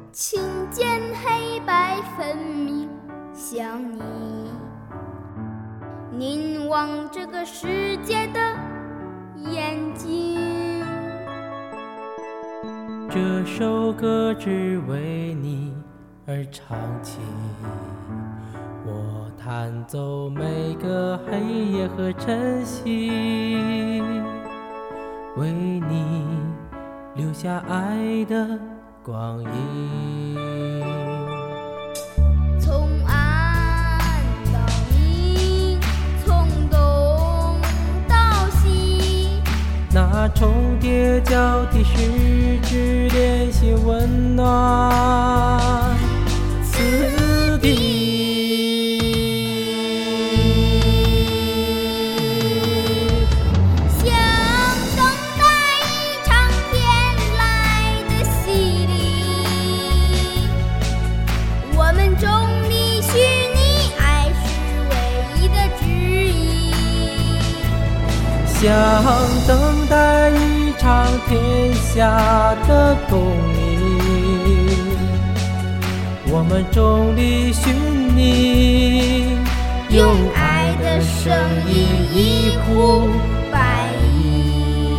轻剑黑白分明，像你凝望这个世界的眼睛。 这首歌只为你而唱起，我弹奏每个黑夜和晨曦，为你留下爱的光阴。 从暗到明，从东到西， 那重叠交替十指连心温暖此地。像等待一场天下的共鸣，我们众里寻你， 用爱的声音一呼百应。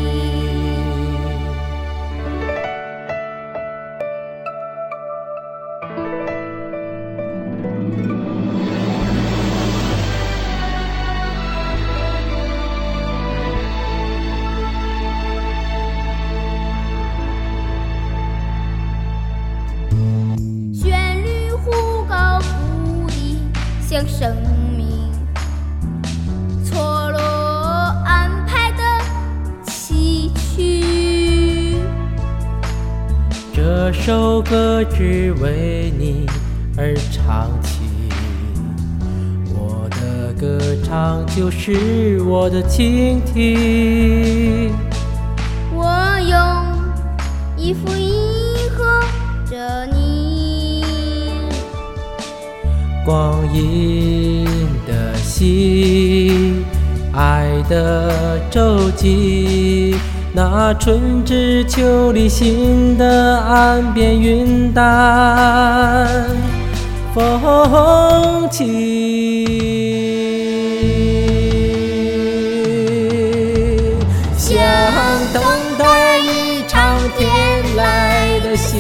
像生命错落安排的崎岖， 这首歌只为你而唱起，我的歌唱就是我的倾听。 我用一副迎合着你光阴的溪，爱的周记，那春至秋离心的岸边云淡风轻，像等待一场天来的洗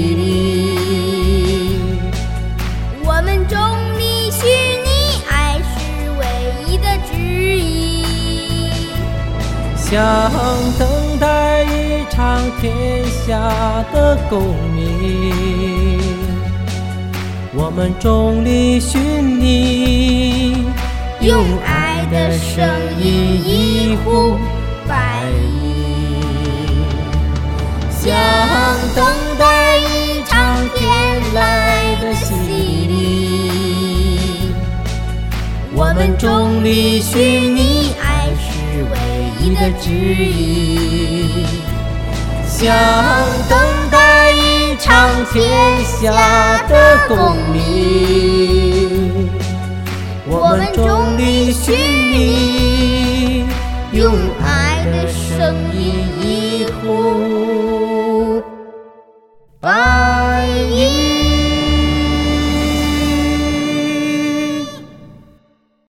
礼。 我们众里寻你，爱是唯一的指引。 像等待一场天下的共鸣，我们众里寻你， 用爱的声音一呼百应。 像等待一场天来的洗礼，我们众里寻你，爱是唯一的指引。像等待一场天下的共鸣，我们众里寻你，用爱的声音一呼百应。